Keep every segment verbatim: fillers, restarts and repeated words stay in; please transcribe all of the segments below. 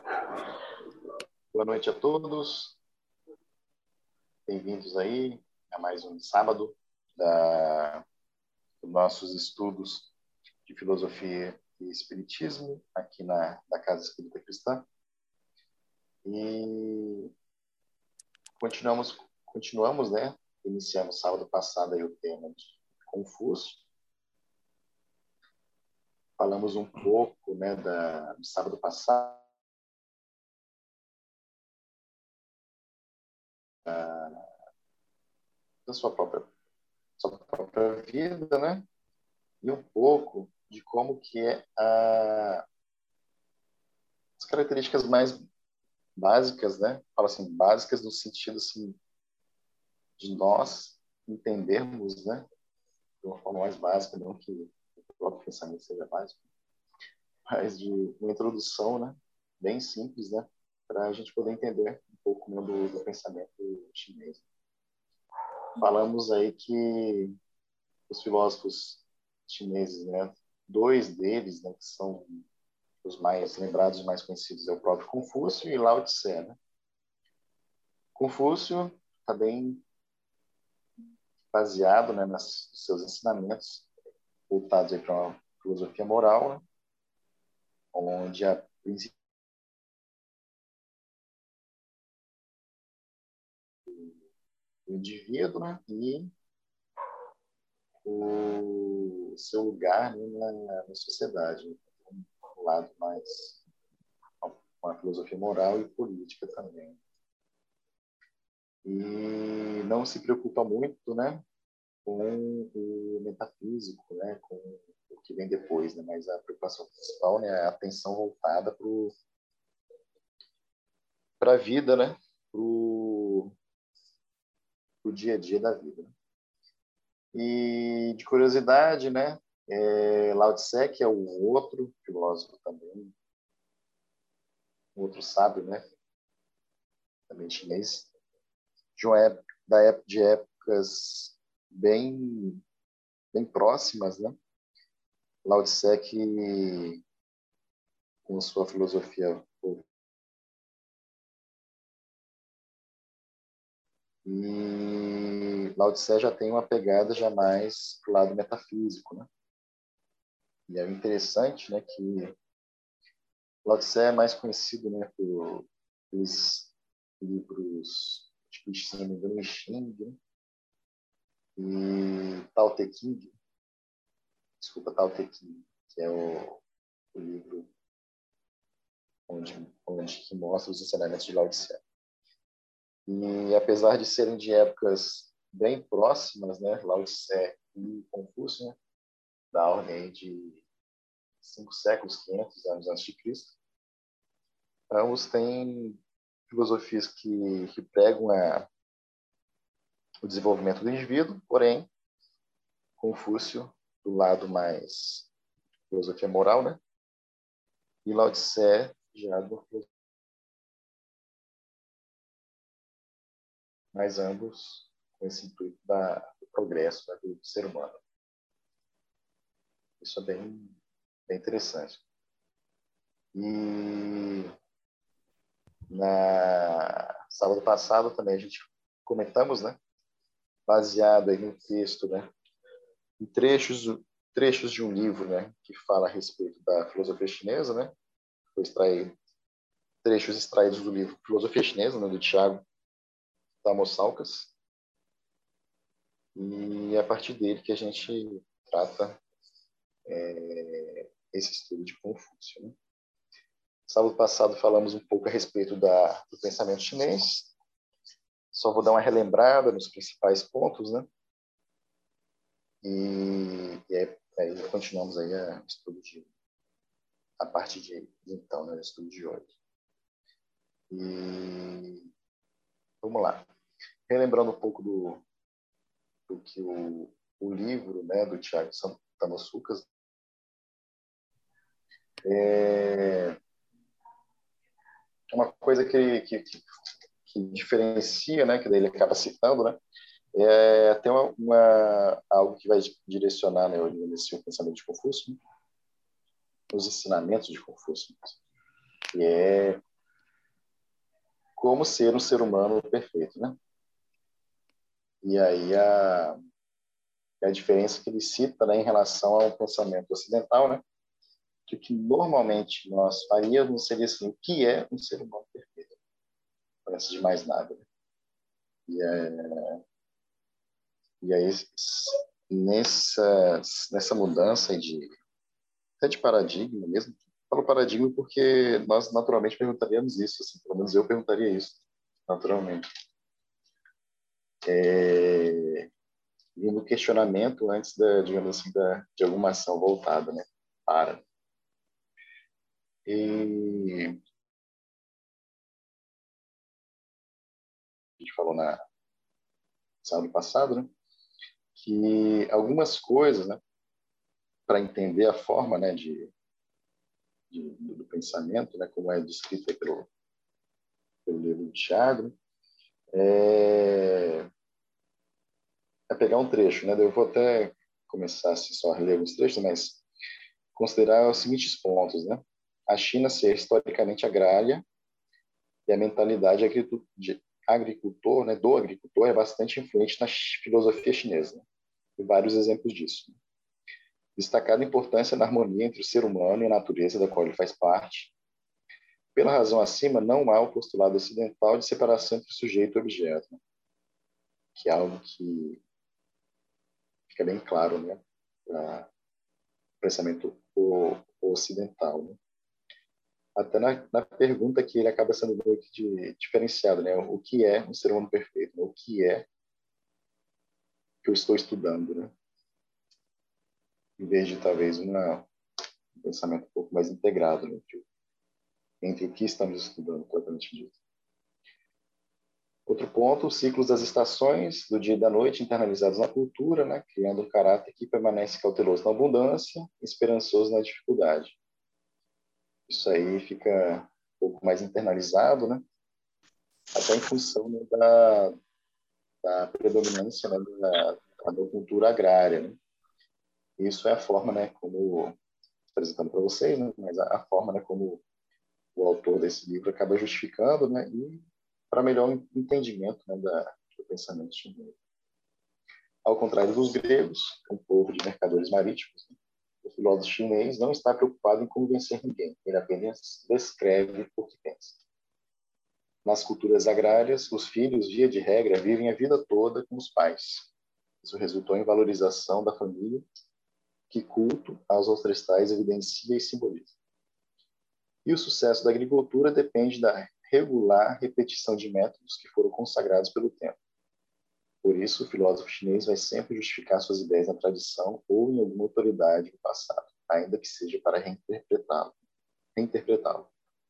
Boa noite a todos. Bem-vindos aí a mais um sábado da, dos nossos estudos de filosofia e espiritismo aqui na, na Casa Espírita Cristã. E continuamos, continuamos, né? Iniciamos sábado passado aí o tema de Confúcio. Falamos um pouco, né, da, do sábado passado, da sua própria, sua própria vida, né? E um pouco de como que é a, as características mais básicas, né? Fala assim, básicas no sentido assim de nós entendermos, né? De uma forma mais básica, não que o próprio pensamento seja básico, mas de uma introdução, né? Bem simples, né? Para a gente poder entender um pouco né, do, do pensamento chinês. Falamos aí que os filósofos chineses, né? Dois deles, né? Que são os mais lembrados, os mais conhecidos, é o próprio Confúcio e Lao Tse, né? Confúcio está bem baseado, né, nos seus ensinamentos voltados para uma filosofia moral, né, onde a princípio o indivíduo, né, e o seu lugar, né, na, na sociedade, um lado mais uma filosofia moral e política também. E não se preocupa muito, né, com o metafísico, né, com o que vem depois, né, mas a preocupação principal, né, é a atenção voltada para a vida, né, para o dia a dia da vida. Né? E de curiosidade, né, é, Lao Tse, que é o outro filósofo também, outro sábio, né, também chinês, de, uma época, da época, de épocas bem, bem próximas, né, Lao Tse que com sua filosofia e Lao Tse já tem uma pegada já mais pro lado metafísico, né? E é interessante, né, que Lao Tse é mais conhecido, né, por esses livros, tipo, se não me engano, Xing, né? E Tao Te Ching, desculpa, Tao Te Ching, que é o, o livro onde, onde que mostra os ensinamentos de Lao Tse. E apesar de serem de épocas bem próximas, né, Lao Tse e Confúcio, né, da ordem de cinco séculos, quinhentos anos antes de Cristo, ambos têm filosofias que, que pregam a, o desenvolvimento do indivíduo, porém, Confúcio do lado mais filosofia moral, né? E Lao Tse já do filosofia. Mas ambos com esse intuito da, do progresso, né, do ser humano. Isso é bem, bem interessante. E na sábado passado também a gente comentamos, né? Baseado aí no texto, né? Em trechos, trechos de um livro, né? Que fala a respeito da filosofia chinesa, né? Foi extraído trechos extraídos do livro Filosofia Chinesa, né, do Tiago Tamosalcas. E é a partir dele que a gente trata é, esse estudo de Confúcio. Né? Sábado passado falamos um pouco a respeito da, do pensamento chinês. Só vou dar uma relembrada nos principais pontos, né? E, e aí, aí continuamos aí a estudo de a partir de então, né, o estudo de hoje. E vamos lá. Relembrando um pouco do, do que o, o livro, né, do Tiago Tamosucas é uma coisa que, que, que diferencia, né, que daí ele acaba citando, né, é tem uma, uma algo que vai direcionar, né, nesse pensamento de Confúcio, né, os ensinamentos de Confúcio, que é como ser um ser humano perfeito, né? E aí a, a diferença que ele cita, né, em relação ao pensamento ocidental, né? Que o que normalmente nós faríamos seria assim, o que é um ser humano perfeito? Antes de mais nada. Né? E, é, e aí, nessa, nessa mudança de, até de paradigma mesmo, falo paradigma porque nós naturalmente perguntaríamos isso, assim, pelo menos eu perguntaria isso, naturalmente. É, e no questionamento antes da, digamos assim, da, de alguma ação voltada, né, para. E a gente falou na sábado passado, né, que algumas coisas, né, para entender a forma, né, de, de, do pensamento, né, como é descrito pelo, pelo livro de Tiago, né, é, é pegar um trecho, né, eu vou até começar assim, só a ler alguns trechos, mas considerar os seguintes pontos, né, a China ser historicamente agrária e a mentalidade de agricultor, né, do agricultor, é bastante influente na filosofia chinesa. Né? Tem vários exemplos disso. Destacada a importância da harmonia entre o ser humano e a natureza da qual ele faz parte. Pela razão acima, não há o postulado ocidental de separação entre sujeito e objeto, né? Que é algo que fica bem claro, né, para o pensamento ocidental. Né? Até na, na pergunta que ele acaba sendo meio que de, diferenciado, né? O que é um ser humano perfeito? Né? O que é que eu estou estudando, né? Em vez de talvez uma, um pensamento um pouco mais integrado, né? Entre o que estamos estudando, propriamente dito. Outro ponto, os ciclos das estações, do dia e da noite, internalizados na cultura, né? Criando um caráter que permanece cauteloso na abundância, esperançoso na dificuldade. Isso aí fica um pouco mais internalizado, né? Até em função, né, da, da predominância, né, da, da cultura agrária, né? Isso é a forma, né, como apresentando para vocês, né, mas a, a forma, né, como o autor desse livro acaba justificando, né, e para melhor entendimento, né, da, do pensamento chinês. Ao contrário dos gregos, um povo de mercadores marítimos, né, o filósofo chinês não está preocupado em convencer ninguém, ele apenas descreve o que pensa. Nas culturas agrárias, os filhos, via de regra, vivem a vida toda com os pais. Isso resultou em valorização da família, que culto aos ancestrais evidencia e simboliza. E o sucesso da agricultura depende da regular repetição de métodos que foram consagrados pelo tempo. Por isso, o filósofo chinês vai sempre justificar suas ideias na tradição ou em alguma autoridade do passado, ainda que seja para reinterpretá-lo. Reinterpretá-lo.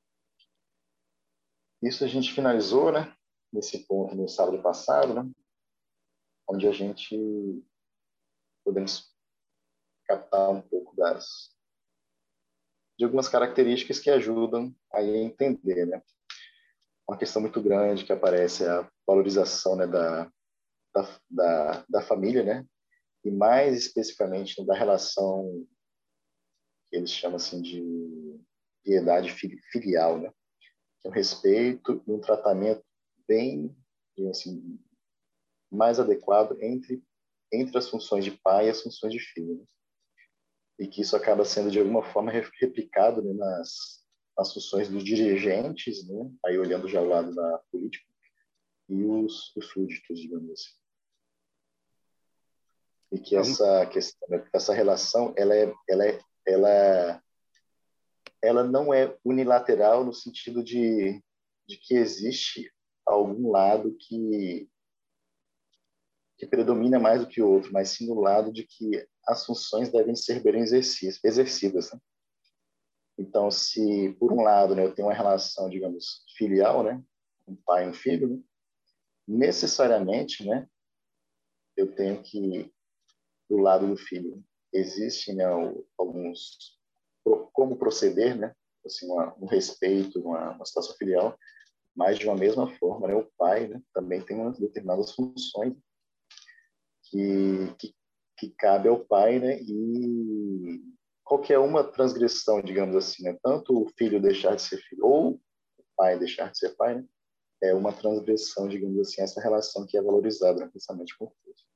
Isso a gente finalizou, né, nesse ponto no sábado passado, né, onde a gente podemos captar um pouco das de algumas características que ajudam a entender, né? Uma questão muito grande que aparece é a valorização, né, da, da, da, da família, né? E mais especificamente da relação que eles chamam assim de piedade filial, né? Que é um respeito e um tratamento bem, assim, mais adequado entre entre as funções de pai e as funções de filho, né? E que isso acaba sendo de alguma forma replicado, né, nas, nas funções dos dirigentes, né? Aí olhando já o lado da política e os, os súditos, digamos assim. E que essa questão, essa relação, ela é, ela é, ela, ela não é unilateral no sentido de, de que existe algum lado que que predomina mais do que o outro, mas sim no lado de que as funções devem ser bem exercidas. Né? Então, se por um lado, né, eu tenho uma relação, digamos, filial, né, um pai e um filho, né, necessariamente, né, eu tenho que do lado do filho existem, né, alguns como proceder, né, assim, uma, um respeito, uma, uma situação filial, mas de uma mesma forma, né, o pai, né, também tem umas determinadas funções que, que, que cabe ao pai, né, e qualquer uma transgressão, digamos assim, né, tanto o filho deixar de ser filho ou o pai deixar de ser pai, né, é uma transgressão, digamos assim, essa relação que é valorizada no pensamento de Confúcio.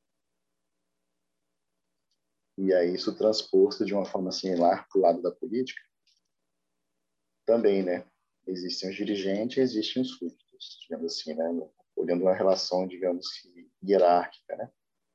E aí isso transposto de uma forma similar para o lado da política, também, né? Existem os dirigentes, existem os súditos, digamos assim, né? Olhando uma relação, digamos, hierárquica, né?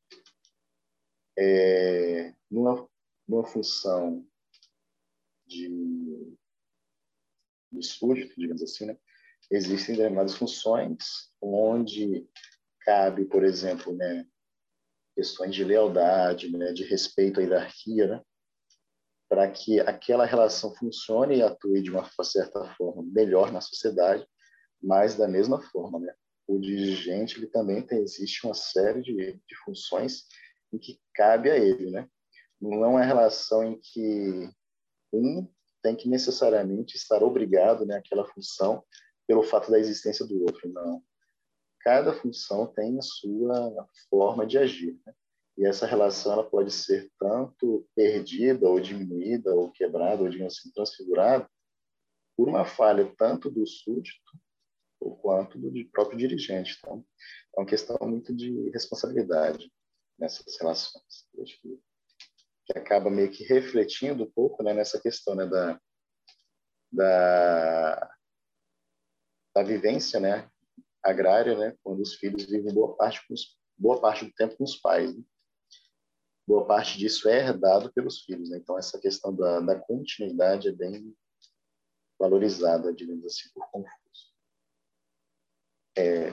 É, numa, numa função de, de súdito, digamos assim, né? Existem determinadas funções onde cabe, por exemplo, né, questões de lealdade, né, de respeito à hierarquia, né, para que aquela relação funcione e atue de uma certa forma melhor na sociedade, mas da mesma forma, né, o dirigente ele também tem, existe uma série de, de funções em que cabe a ele, né? Não é uma relação em que um tem que necessariamente estar obrigado, né, àquela função pelo fato da existência do outro, não. Cada função tem a sua forma de agir, né? E essa relação ela pode ser tanto perdida ou diminuída ou quebrada ou, digamos assim, transfigurada por uma falha tanto do súdito quanto do próprio dirigente. Então, é uma questão muito de responsabilidade nessas relações. Eu acho que, que acaba meio que refletindo um pouco, né, nessa questão, né, da, da, da vivência, né, agrária, né, quando os filhos vivem boa parte, com os, boa parte do tempo com os pais. Né? Boa parte disso é herdado pelos filhos. Né? Então, essa questão da, da continuidade é bem valorizada, digamos assim, por Confúcio. É,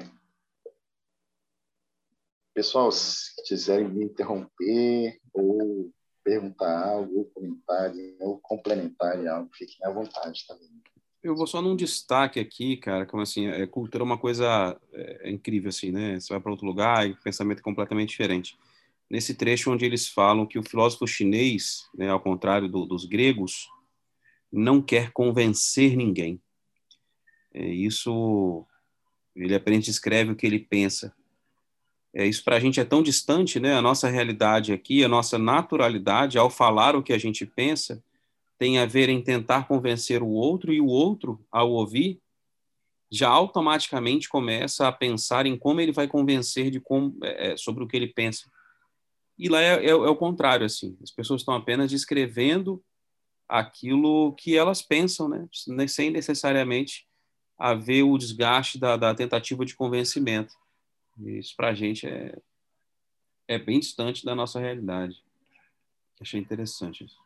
pessoal, se quiserem me interromper ou perguntar algo, ou comentar, ou complementar algo, fiquem à vontade também. Eu vou só num destaque aqui, cara, como assim, é, cultura é uma coisa é, é incrível, assim, né? Você vai para outro lugar e o pensamento é completamente diferente. Nesse trecho onde eles falam que o filósofo chinês, né, ao contrário do, dos gregos, não quer convencer ninguém. É, isso, ele aprende e escreve o que ele pensa. É, isso para a gente é tão distante, né? A nossa realidade aqui, a nossa naturalidade, ao falar o que a gente pensa, tem a ver em tentar convencer o outro, e o outro, ao ouvir, já automaticamente começa a pensar em como ele vai convencer de como, é, sobre o que ele pensa. E lá é, é, é o contrário, assim. As pessoas estão apenas descrevendo aquilo que elas pensam, né? Sem necessariamente haver o desgaste da, da tentativa de convencimento. Isso para a gente é, é bem distante da nossa realidade. Achei interessante isso.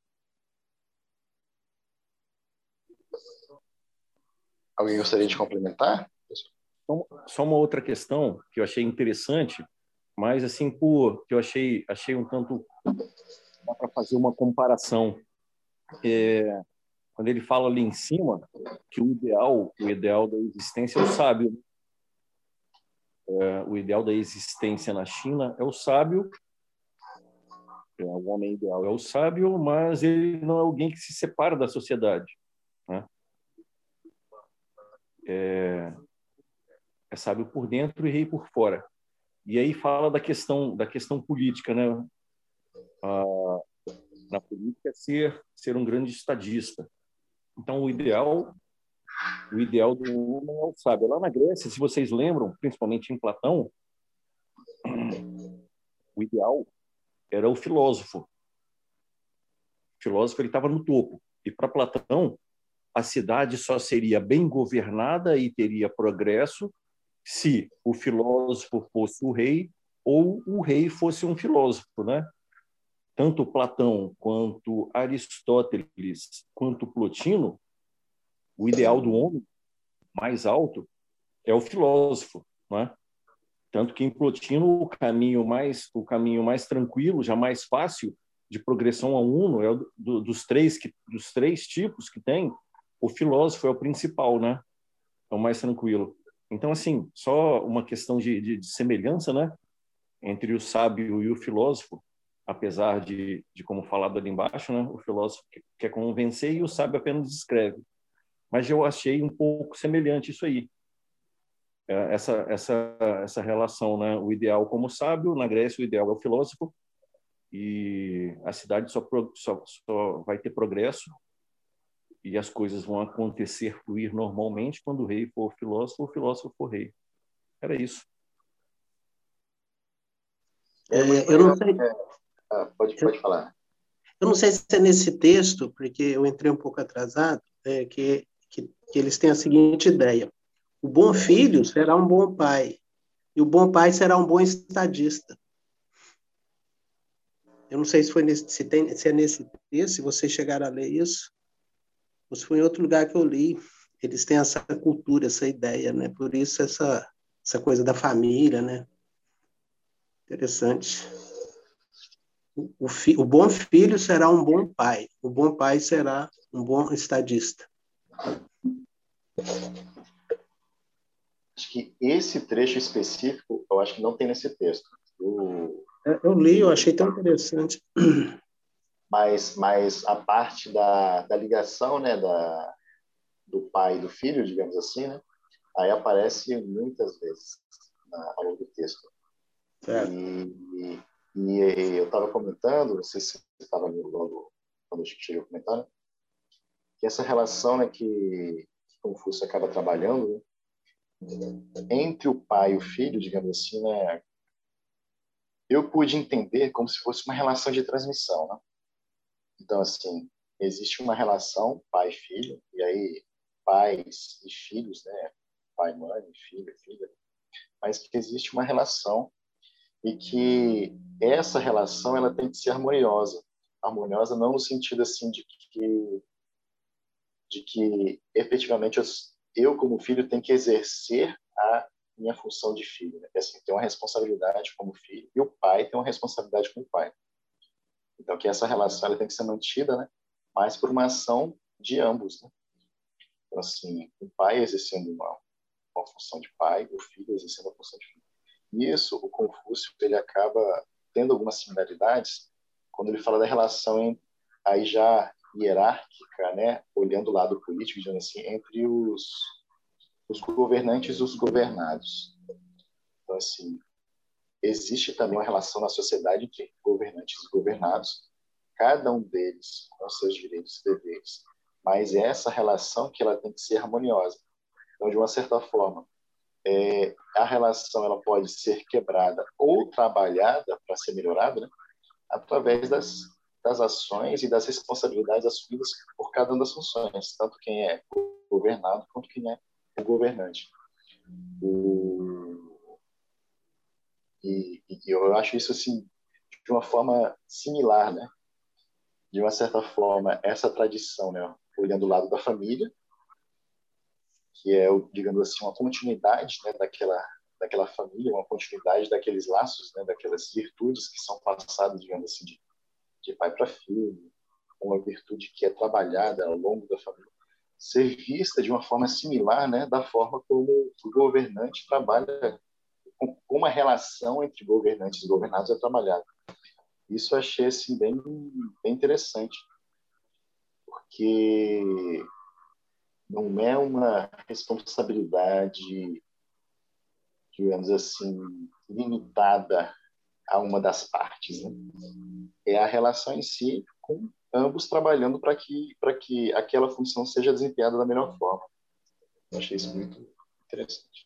Alguém gostaria de complementar? Só uma outra questão que eu achei interessante, mas assim, por que eu achei, achei um tanto dá para fazer uma comparação. É, quando ele fala ali em cima que o ideal, o ideal da existência é o sábio. É, o ideal da existência na China é o sábio. É, o homem ideal é o sábio, mas ele não é alguém que se separa da sociedade, né? É, é sábio por dentro e rei por fora. E aí fala da questão da questão política, né? Ah, na política é ser ser um grande estadista. Então o ideal o ideal do homem é o sábio. Lá na Grécia, se vocês lembram, principalmente em Platão, o ideal era o filósofo. O filósofo ele estava no topo. E para Platão, a cidade só seria bem governada e teria progresso se o filósofo fosse o rei ou o rei fosse um filósofo, né? Tanto Platão quanto Aristóteles quanto Plotino, o ideal do homem mais alto é o filósofo, né? Tanto que em Plotino o caminho mais o caminho mais tranquilo, já mais fácil de progressão ao uno é o do, dos três que dos três tipos que tem, o filósofo é o principal, né? É o mais tranquilo. Então assim, só uma questão de, de, de semelhança, né? Entre o sábio e o filósofo, apesar de, de como falado ali embaixo, né? O filósofo quer convencer e o sábio apenas descreve. Mas eu achei um pouco semelhante isso aí. Essa, essa, essa relação, né? O ideal como sábio, na Grécia o ideal é o filósofo, e a cidade só, só, só vai ter progresso e as coisas vão acontecer, fluir normalmente quando o rei for filósofo, o filósofo for rei. Era isso. É, É, eu não sei, ah, pode, pode falar. eu não sei se é nesse texto, porque eu entrei um pouco atrasado, é, que, que, que eles têm a seguinte ideia: o bom filho será um bom pai, e o bom pai será um bom estadista. Eu não sei se foi nesse, se, tem, se é nesse texto, se vocês chegaram a ler isso, ou se foi em outro lugar que eu li. Eles têm essa cultura, essa ideia, né? Por isso essa, essa coisa da família, né? Interessante. O, fi, o bom filho será um bom pai, o bom pai será um bom estadista. Acho que esse trecho específico, eu acho que não tem nesse texto. O... Eu li, eu achei tão interessante. Mas, mas a parte da, da ligação, né, da, do pai e do filho, digamos assim, né, aí aparece muitas vezes na, ao longo do texto. Certo. E, e, e eu estava comentando, não sei se você estava ali logo quando eu cheguei comentando, que essa relação, né, que, que Confúcio acaba trabalhando, né, entre o pai e o filho, digamos assim, né, eu pude entender como se fosse uma relação de transmissão, né? Então, assim, existe uma relação pai-filho, e aí pais e filhos, né? Pai, mãe, filho, filha, mas que existe uma relação e que essa relação ela tem que ser harmoniosa. Harmoniosa não no sentido assim de que de que efetivamente eu, eu como filho tenho que exercer a minha função de filho, né? Assim, tem uma responsabilidade como filho e o pai tem uma responsabilidade como pai. Então que essa relação ela tem que ser mantida, né? Mas por uma ação de ambos, né? Então assim, o pai exercendo uma, uma função de pai, o filho exercendo a função de filho. Nisso, o Confúcio ele acaba tendo algumas similaridades quando ele fala da relação em, aí já hierárquica, né, olhando o lado político, dizendo assim, entre os, os governantes e os governados. Então, assim, existe também uma relação na sociedade entre governantes e governados, cada um deles com seus direitos e deveres, mas é essa relação que ela tem que ser harmoniosa. Então, de uma certa forma, é, a relação ela pode ser quebrada ou trabalhada para ser melhorada, né, através das, das ações e das responsabilidades assumidas por cada uma das funções, tanto quem é governado quanto quem é o governante. O, e, e eu acho isso assim de uma forma similar, né? De uma certa forma, essa tradição, né, olhando o lado da família, que é, digamos assim, uma continuidade, né, daquela, daquela família, uma continuidade daqueles laços, né, daquelas virtudes que são passadas, digamos assim, de, de pai para filho, uma virtude que é trabalhada ao longo da família, ser vista de uma forma similar, né, da forma como o governante trabalha, como a relação entre governantes e governados é trabalhada. Isso eu achei assim, bem, bem interessante, porque não é uma responsabilidade, digamos assim, limitada a uma das partes, né? É a relação em si, com ambos trabalhando para que, para que aquela função seja desempenhada da melhor forma. Eu achei isso muito interessante.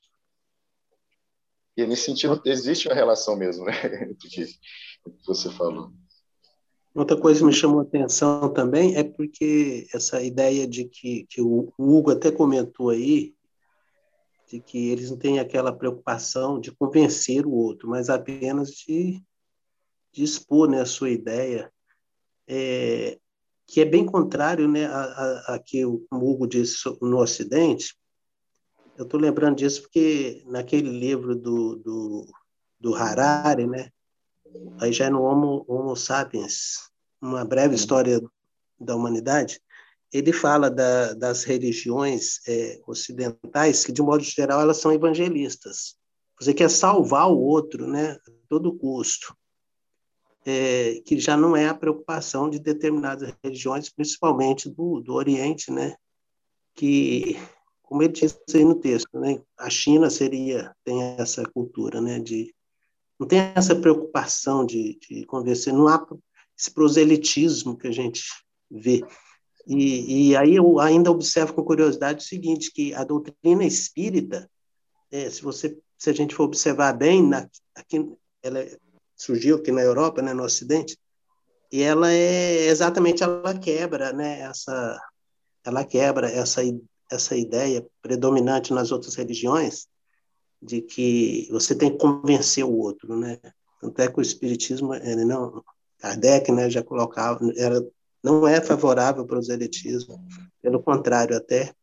E nesse sentido, existe uma relação mesmo, né? Entre o que você falou. Outra coisa que me chamou a atenção também é porque essa ideia de que, que o Hugo até comentou aí, de que eles não têm aquela preocupação de convencer o outro, mas apenas de, de expor, né, a sua ideia, é, que é bem contrário, né, a, a, a que o Hugo disse no Ocidente. Eu estou lembrando disso porque naquele livro do, do, do Harari, né, aí já é no Homo, Homo Sapiens, uma breve história da humanidade, ele fala da, das religiões é, ocidentais, que, de modo geral, elas são evangelistas. Você quer salvar o outro, né, a todo custo, é, que já não é a preocupação de determinadas religiões, principalmente do, do Oriente, né, que, como ele diz aí no texto, né, a China seria, tem essa cultura, né, de não tem essa preocupação de, de convencer, não há esse proselitismo que a gente vê E, e aí eu ainda observo com curiosidade o seguinte, que a doutrina espírita, é, se você, se a gente for observar bem, na, aqui, ela é, surgiu aqui na Europa, né, no Ocidente, e ela é exatamente, ela quebra, né, essa, ela quebra essa, essa ideia predominante nas outras religiões de que você tem que convencer o outro, né? Tanto é que o espiritismo, ele não, Kardec, né, já colocava, era, não é favorável para o proselitismo, pelo contrário, até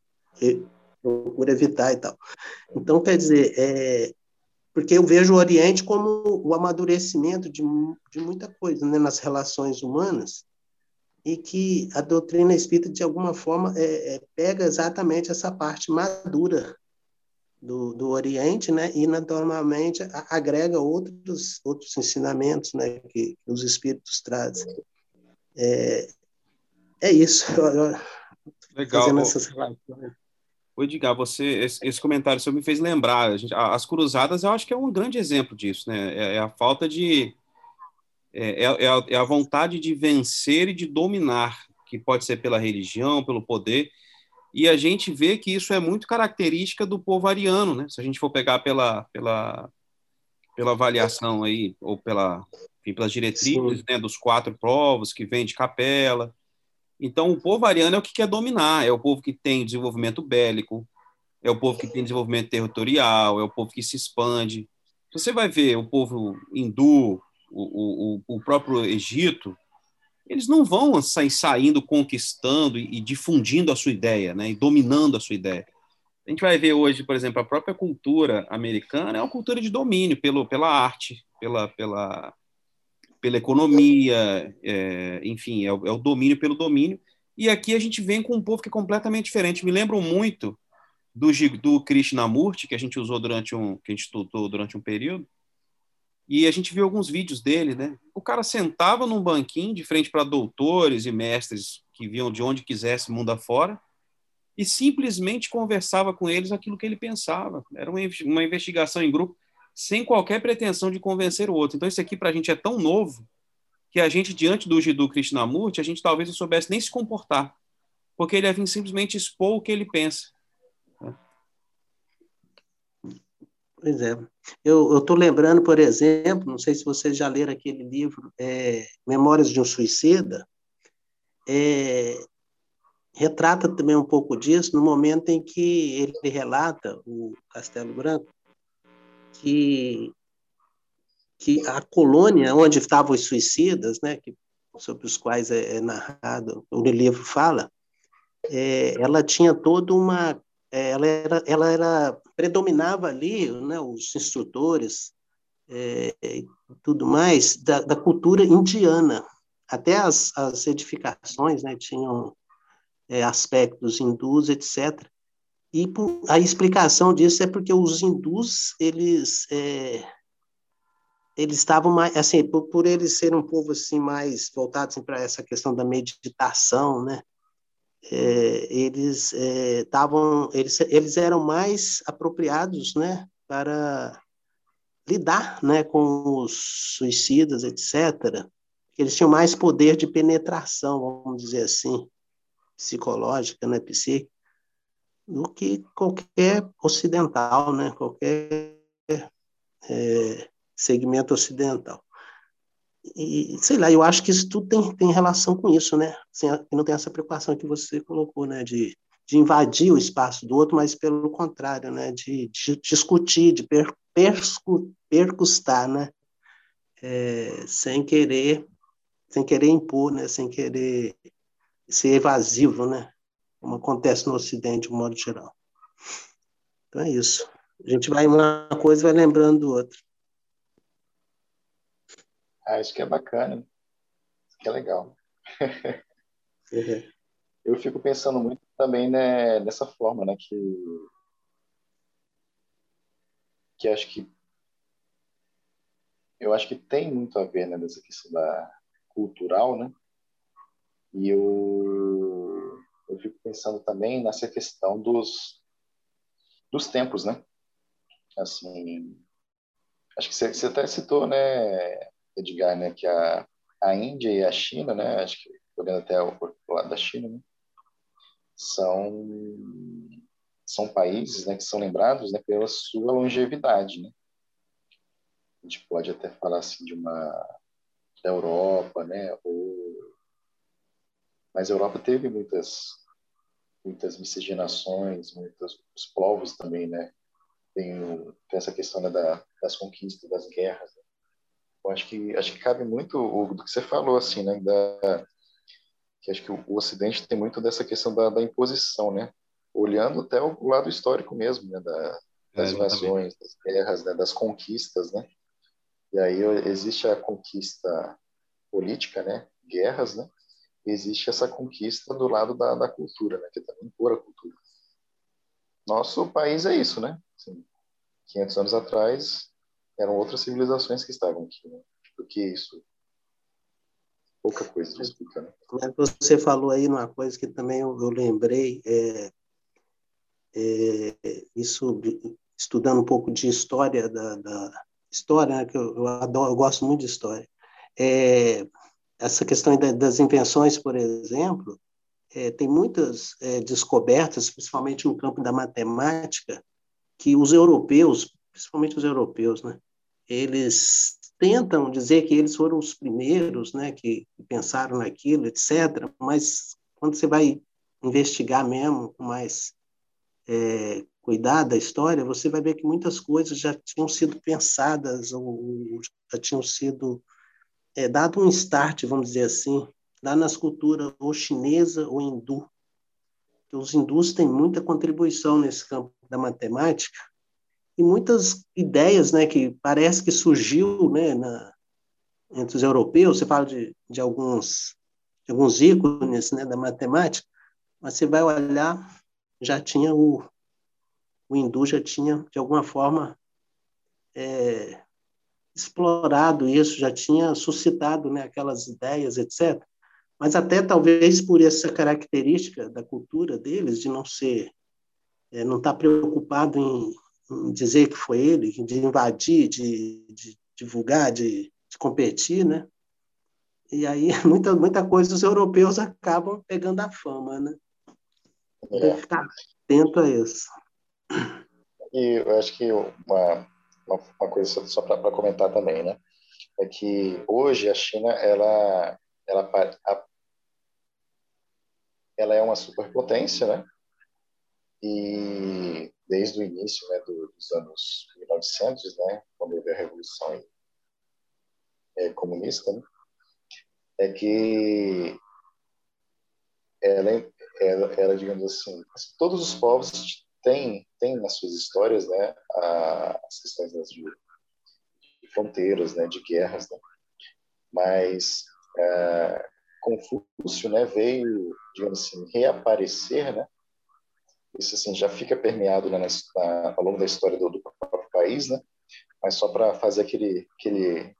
procura evitar e tal. Então, quer dizer, é, porque eu vejo o Oriente como o amadurecimento de, de muita coisa, né, nas relações humanas, e que a doutrina espírita, de alguma forma, é, é, pega exatamente essa parte madura do, do Oriente, né, e normalmente agrega outros, outros ensinamentos, né, que, que os espíritos trazem. É, é isso, Legal. fazendo Ô, essas relações. ô, Edgar, você, esse, esse comentário seu me fez lembrar. A gente, a- as cruzadas, eu acho que é um grande exemplo disso, né? É, é a falta de. É, é, é a, é a vontade de vencer e de dominar, que pode ser pela religião, pelo poder. E a gente vê que isso é muito característica do povo ariano, né? Se a gente for pegar pela, pela, pela avaliação aí, ou pela, enfim, pelas diretrizes, Sim, né, dos quatro povos que vêm de Capela. Então, o povo ariano é o que quer dominar, é o povo que tem desenvolvimento bélico, é o povo que tem desenvolvimento territorial, é o povo que se expande. Você vai ver o povo hindu, o, o, o próprio Egito, eles não vão sair saindo, conquistando e, e difundindo a sua ideia, né, e dominando a sua ideia. A gente vai ver hoje, por exemplo, a própria cultura americana é uma cultura de domínio pelo, pela arte, pela, pela, pela economia, é, enfim, é o, é o domínio pelo domínio. E aqui a gente vem com um povo que é completamente diferente. Me lembram muito do, do Krishnamurti, que a gente usou durante um, que a gente estudou durante um período, e a gente viu alguns vídeos dele, né? O cara sentava num banquinho de frente para doutores e mestres que vinham de onde quisesse, mundo afora, e simplesmente conversava com eles aquilo que ele pensava. Era uma, uma investigação em grupo, sem qualquer pretensão de convencer o outro. Então, isso aqui para a gente é tão novo que a gente, diante do Jiddu Krishnamurti, a gente talvez não soubesse nem se comportar, porque ele ia vir simplesmente expor o que ele pensa. pois é. Eu estou lembrando, por exemplo, não sei se vocês já leram aquele livro, é, Memórias de um Suicida, é, retrata também um pouco disso no momento em que ele relata, o Castelo Branco, que, que a colônia onde estavam os suicidas, né, que, sobre os quais é, é narrado, o livro fala, é, ela tinha toda uma... É, ela, era, ela era... Predominava ali, né, os instrutores, é, e tudo mais, da, da cultura indiana. Até as, as edificações, né, tinham é, aspectos hindus, etcétera. E por, a explicação disso é porque os hindus, eles, é, eles estavam mais, assim, por, por eles serem um povo assim mais voltado assim, para essa questão da meditação, né? É, eles estavam, é, eles, eles eram mais apropriados, né, para lidar, né, com os suicidas, etcétera. Eles tinham mais poder de penetração, vamos dizer assim, psicológica, né, psíquica, do que qualquer ocidental, né? Qualquer é, segmento ocidental. E, sei lá, eu acho que isso tudo tem, tem relação com isso, né? Assim, não tem essa preocupação que você colocou, né? De, de invadir o espaço do outro, mas pelo contrário, né? De, de discutir, de per, perscu, percustar, né? É, sem querer, sem querer impor, né? Sem querer ser evasivo, né? Como acontece no Ocidente, de um modo geral. Então é isso. A gente vai uma coisa e vai lembrando do outro. Ah, isso que é bacana, isso que é legal. Uhum. Eu fico pensando muito também, né, dessa forma, né, que, que acho que eu acho que tem muito a ver, né, dessa questão da cultural, né? E eu eu fico pensando também nessa questão dos dos tempos, né? Assim, acho que você, você até citou, né, Edgar, né, que a a Índia e a China, né, acho que olhando até o, o lado da China, né, são, são países, né, que são lembrados, né, pela sua longevidade, né? A gente pode até falar assim de uma da Europa, né? Ou... Mas a Europa teve muitas muitas miscigenações, muitos os povos também, né? Tem, o, tem essa questão, né, da, das conquistas, das guerras. Né? Eu acho que acho que cabe muito o do que você falou, assim, né? Da, que acho que o, o Ocidente tem muito dessa questão da, da imposição, né? Olhando até o, o lado histórico mesmo, né? Da, É, das exatamente. invasões, das guerras, né? Das conquistas, né? E aí existe a conquista política, né? Guerras, né? E existe essa conquista do lado da, da cultura, né? Que é também impor a cultura. Nosso país é isso, né? Assim, quinhentos anos atrás eram outras civilizações que estavam aqui, né? Do que isso? Pouca coisa de explicar, né? Mas você falou aí numa coisa que também eu, eu lembrei, é, é, isso, estudando um pouco de história, da, da história, né, que eu, eu adoro, eu gosto muito de história. É, essa questão da, das invenções, por exemplo, é, tem muitas é, descobertas, principalmente no campo da matemática, que os europeus, principalmente os europeus, né, eles tentam dizer que eles foram os primeiros, né, que pensaram naquilo, etcétera, mas quando você vai investigar mesmo com mais é, cuidado da história, você vai ver que muitas coisas já tinham sido pensadas ou já tinham sido é, dado um start, vamos dizer assim, lá nas culturas ou chinesa ou hindu. Os hindus têm muita contribuição nesse campo da matemática e muitas ideias, né, que parece que surgiu, né, na, entre os europeus. Você fala de, de alguns de alguns ícones, né, da matemática, mas você vai olhar, já tinha o, o hindu já tinha de alguma forma é, explorado isso, já tinha suscitado, né, aquelas ideias, etcétera. Mas até talvez por essa característica da cultura deles de não ser, é, não estar preocupado em, em dizer que foi ele, de invadir, de, de divulgar, de, de competir, né? E aí muita muita coisa os europeus acabam pegando a fama, né? Tem que É. ficar atento a isso. E eu acho que uma, uma, uma coisa só para comentar também, né? É que hoje a China, ela, ela, a, ela é uma superpotência, né? E desde o início, né, do, dos anos mil e novecentos, né, quando houve a Revolução é, comunista, né, é que ela, ela, ela, digamos assim, todos os povos têm, têm nas suas histórias, né, as questões de, de fronteiras, né, de guerras, né, mas é, Confúcio, né, veio, digamos assim, reaparecer, né, isso assim já fica permeado, né, na, ao longo da história do, do próprio país, né, mas só para fazer aquele, aquele,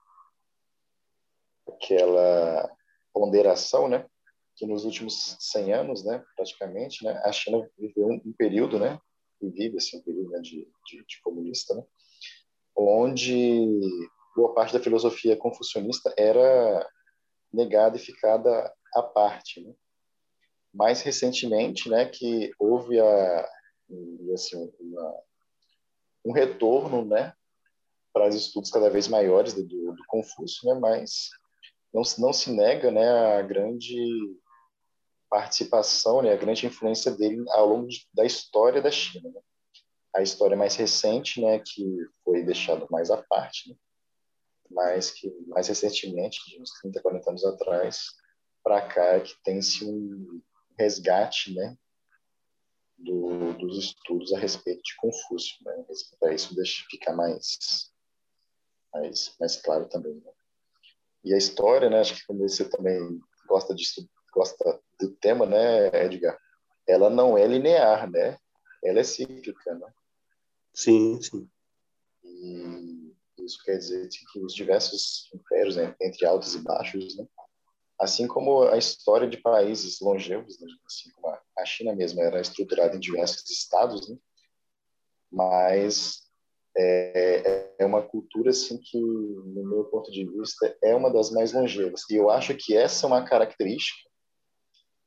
aquela ponderação, né, que nos últimos cem anos, né, praticamente, né, a China viveu um, um período, né, e vive assim, um período, né, de, de, de comunista, né, onde boa parte da filosofia confucionista era negada e ficada à parte, né. Mais recentemente, né, que houve a, assim, uma, um retorno, né, para os estudos cada vez maiores do, do Confúcio, né, mas não, não se nega, né, a grande participação, né, a grande influência dele ao longo de, da história da China. Né? A história mais recente, né, que foi deixada mais à parte, né, mas que mais recentemente, de uns trinta, quarenta anos atrás, para cá, é que tem-se um resgate, né, do, dos estudos a respeito de Confúcio. Né? Para isso deixa ficar mais, mais, mais claro também. Né? E a história, né, acho que como você também gosta disso, gosta do tema, né, Edgar, ela não é linear, né? Ela é cíclica, né? Sim, sim. E isso quer dizer que os diversos impérios, né, entre altos e baixos, né, assim como a história de países longevos, né, assim como a China mesmo era estruturada em diversos estados, né, mas é, é uma cultura assim que, no meu ponto de vista, é uma das mais longevas. E eu acho que essa é uma característica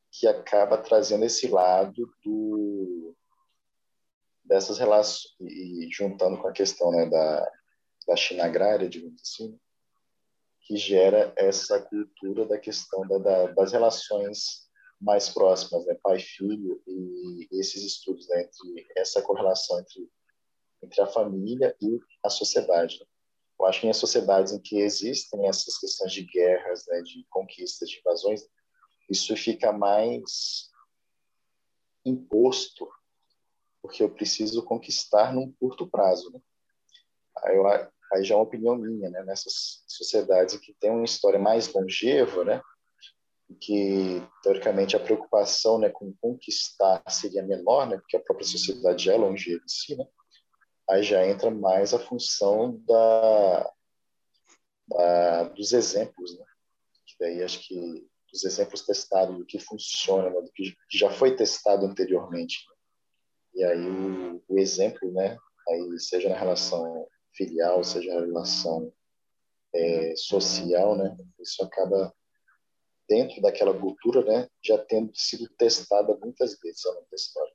que acaba trazendo esse lado do, dessas relações, e juntando com a questão, né, da, da China agrária, digamos assim, que gera essa cultura da questão da, da, das relações mais próximas, né, pai-filho, e esses estudos, né, entre essa correlação entre, entre a família e a sociedade. Eu acho que em sociedades em que existem essas questões de guerras, né, de conquistas, de invasões, isso fica mais imposto, porque eu preciso conquistar num curto prazo, né? Aí, eu, aí já é uma opinião minha, né? Nessas sociedades que têm uma história mais longeva, né? Que, teoricamente, a preocupação, né, com conquistar seria menor, né? Porque a própria sociedade já é longeva em si, né? Aí já entra mais a função da, da, dos exemplos, né? Que daí acho que os exemplos testados, do que funciona, né, do que já foi testado anteriormente. E aí o, o exemplo, né, aí seja na relação filial, seja na relação é, social, né, isso acaba dentro daquela cultura, né, já tendo sido testada muitas vezes ao longo da história.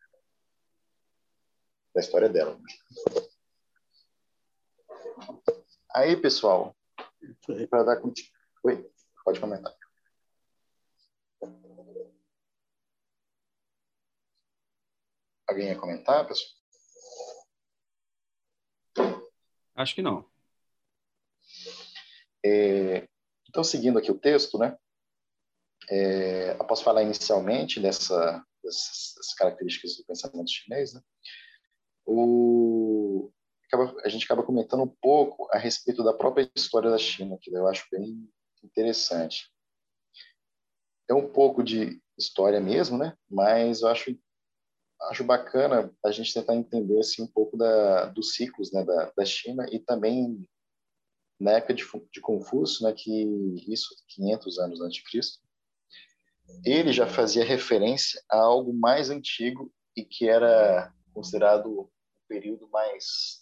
Da história dela. Aí, pessoal, para dar continuidade. Oi, pode comentar. Alguém ia comentar, pessoal? Acho que não. É, então, seguindo aqui o texto, né? É, após falar inicialmente dessa, dessas características do pensamento chinês, né? O, acaba, a gente acaba comentando um pouco a respeito da própria história da China, que eu acho bem interessante. É um pouco de história mesmo, né? Mas eu acho acho bacana a gente tentar entender assim um pouco da, dos ciclos, né, da, da China, e também na época de, de Confúcio, né, que isso quinhentos anos antes de Cristo, ele já fazia referência a algo mais antigo e que era considerado um período mais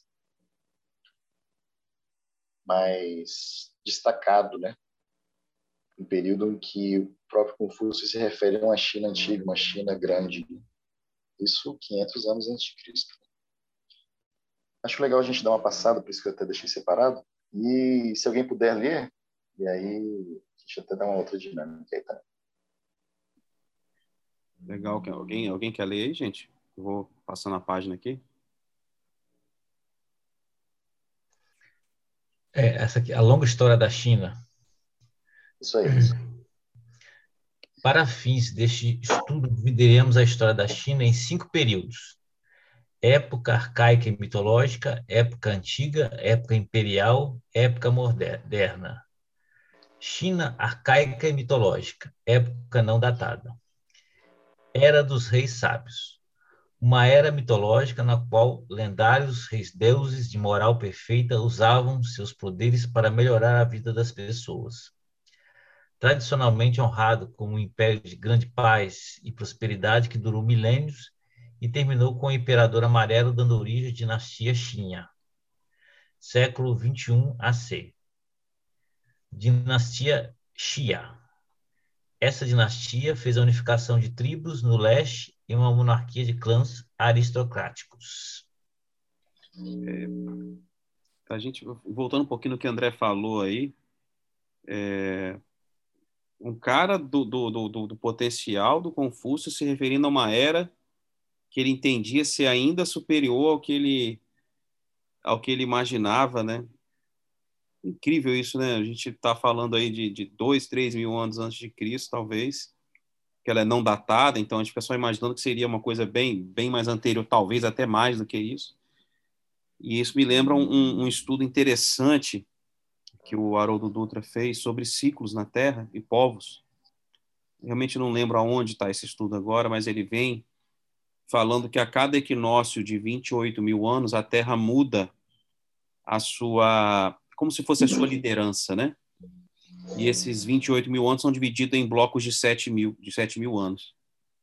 mais destacado, né? Um período em que o próprio Confúcio se refere a uma China antiga, uma China grande. Isso quinhentos anos antes de Cristo. Acho legal a gente dar uma passada, por isso que eu até deixei separado. E se alguém puder ler, e aí a gente até dá uma outra dinâmica aí também. Legal. Alguém, alguém quer ler aí, gente? Eu vou passando a página aqui. É, essa aqui, a longa história da China. Isso aí. Para fins deste estudo, dividiremos a história da China em cinco períodos: época arcaica e mitológica, época antiga, época imperial, época moderna. China arcaica e mitológica, época não datada. Era dos reis sábios. Uma era mitológica na qual lendários reis deuses de moral perfeita usavam seus poderes para melhorar a vida das pessoas. Tradicionalmente honrado como um império de grande paz e prosperidade que durou milênios e terminou com o imperador amarelo dando origem à dinastia Xia, século vinte e um A C. Dinastia Xia. Essa dinastia fez a unificação de tribos no leste e uma monarquia de clãs aristocráticos. É, a gente, voltando um pouquinho no que o André falou aí, é, um cara do, do, do, do potencial do Confúcio se referindo a uma era que ele entendia ser ainda superior ao que ele, ao que ele imaginava, né? Incrível isso, né? A gente está falando aí de, de dois, três mil anos antes de Cristo, talvez, que ela é não datada, então a gente fica só imaginando que seria uma coisa bem, bem mais anterior, talvez até mais do que isso. E isso me lembra um, um estudo interessante que o Haroldo Dutra fez sobre ciclos na Terra e povos. Realmente não lembro aonde está esse estudo agora, mas ele vem falando que a cada equinócio de vinte e oito mil anos, a Terra muda a sua... como se fosse a sua liderança, né? E esses vinte e oito mil anos são divididos em blocos de sete mil, de sete mil anos.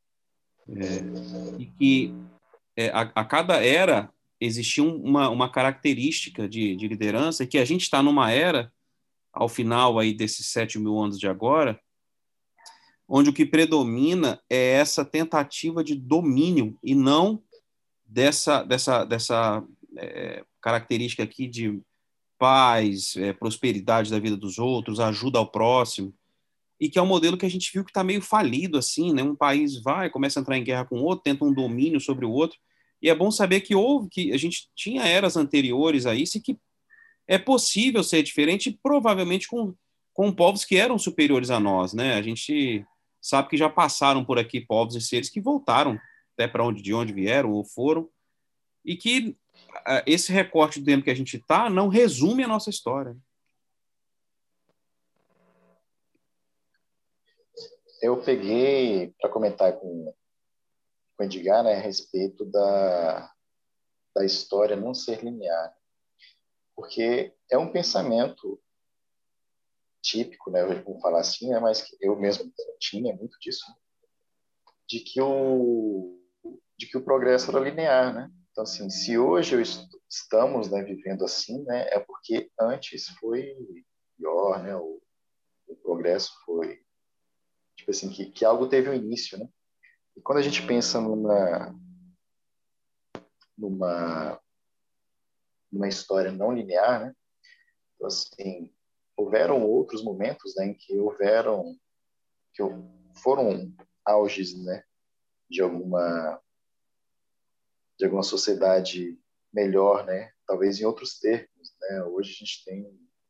É, e que é, a, a cada era existia uma, uma característica de, de liderança, e que a gente está numa era, ao final aí desses sete mil anos de agora, onde o que predomina é essa tentativa de domínio e não dessa, dessa, dessa é, característica aqui de paz, é, prosperidade da vida dos outros, ajuda ao próximo, e que é um modelo que a gente viu que está meio falido, assim, né? Um país vai, começa a entrar em guerra com o outro, tenta um domínio sobre o outro, e é bom saber que houve, que a gente tinha eras anteriores a isso, e que é possível ser diferente, provavelmente com, com povos que eram superiores a nós, né? A gente sabe que já passaram por aqui povos e seres que voltaram até para onde, de onde vieram ou foram, e que uh, esse recorte do tempo que a gente está não resume a nossa história. Eu peguei para comentar com, com o Edgar, né, a respeito da, da história não ser linear, porque é um pensamento típico, né, vamos falar assim, né, mas que eu mesmo tinha muito disso, de que o de que o progresso era linear, né? Então, assim, se hoje eu est estamos, né, vivendo assim, né, é porque antes foi pior, né? O, o progresso foi, tipo assim, que, que algo teve um início, né? E quando a gente pensa numa numa numa história não linear, né? Então, assim, houveram outros momentos, né, em que houveram que foram auges, né, de alguma de alguma sociedade melhor, né? Talvez em outros termos, né? Hoje a gente tem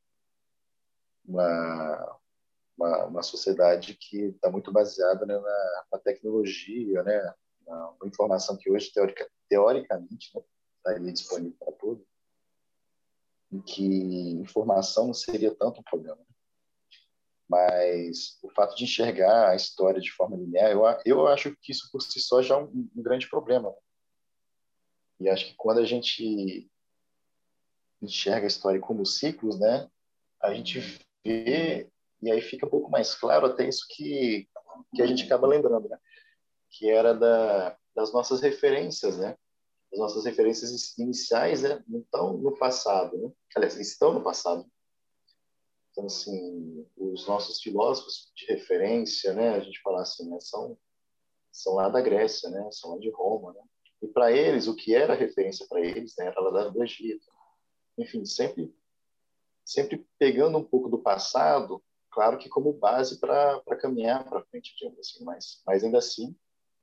uma uma, uma sociedade que está muito baseada, né, na, na tecnologia, né? Na, na informação que hoje teórica, teoricamente, né, estaria disponível para todos, em que informação não seria tanto um problema. Mas o fato de enxergar a história de forma linear, eu, eu acho que isso por si só já é um, um grande problema. E acho que quando a gente enxerga a história como ciclos, né, a gente vê, e aí fica um pouco mais claro até isso que, que a gente acaba lembrando, né, que era da, das nossas referências, né, as nossas referências iniciais, né, não estão no passado, né, aliás, estão no passado. Então, assim, os nossos filósofos de referência, né, a gente fala assim, né, são, são lá da Grécia, né, são lá de Roma, né, e para eles, o que era referência para eles, né, era lá do Egito. Enfim, sempre sempre pegando um pouco do passado, claro que como base para caminhar para frente, digamos assim, mas, mas ainda assim,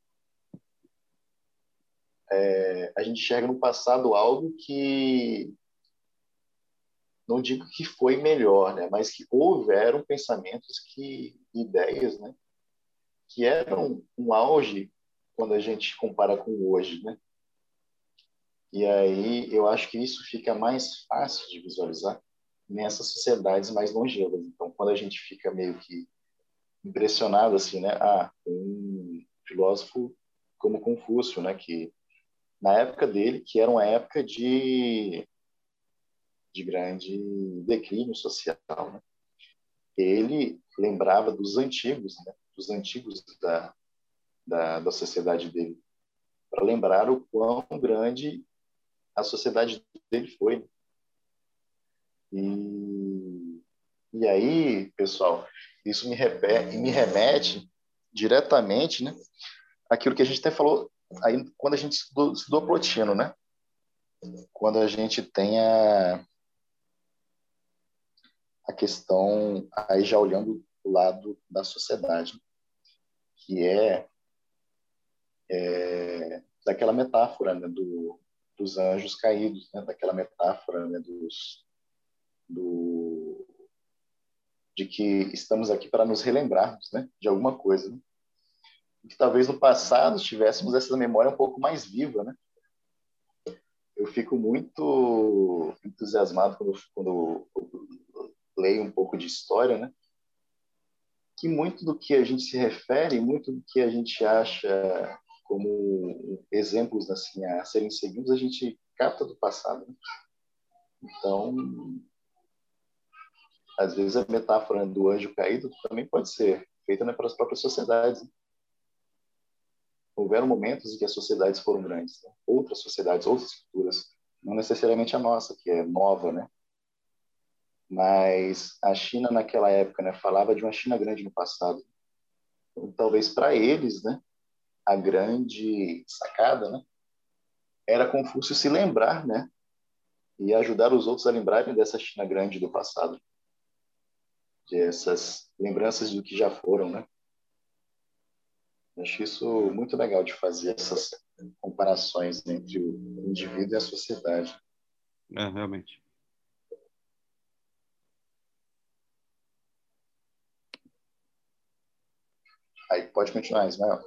é, a gente enxerga no passado algo que, não digo que foi melhor, né, mas que houveram pensamentos, que ideias, né, que eram um auge quando a gente compara com hoje, né? E aí eu acho que isso fica mais fácil de visualizar nessas sociedades mais longevas. Então, quando a gente fica meio que impressionado assim, né? Ah, um filósofo como Confúcio, né? Que na época dele, que era uma época de de grande declínio social, né? Ele lembrava dos antigos, né? Dos antigos da da, da sociedade dele, para lembrar o quão grande a sociedade dele foi. E, e aí, pessoal, isso me, repete, me remete diretamente, né, àquilo que a gente até falou aí, quando a gente estudou, estudou Plotino, né? Quando a gente tem a, a questão, aí já olhando do lado da sociedade, que é, é daquela metáfora, né, do, dos anjos caídos, né, daquela metáfora, né, dos, do, de que estamos aqui para nos relembrarmos, né, de alguma coisa, né? Que talvez no passado tivéssemos essa memória um pouco mais viva, né? Eu fico muito entusiasmado quando, quando eu leio um pouco de história, né? Que muito do que a gente se refere, muito do que a gente acha como exemplos assim a serem seguidos, a gente capta do passado, né? Então, às vezes a metáfora do anjo caído também pode ser feita, né, para as próprias sociedades, né? Houveram momentos em que as sociedades foram grandes, né? Outras sociedades, outras culturas, não necessariamente a nossa, que é nova, né? Mas a China naquela época, né, falava de uma China grande no passado. talvez para eles, né, a grande sacada, né, era Confúcio se lembrar, né, e ajudar os outros a lembrarem dessa China grande do passado, dessas lembranças do que já foram, né. Acho isso muito legal de fazer essas comparações entre o indivíduo e a sociedade. É, realmente. Aí pode continuar, Ismael.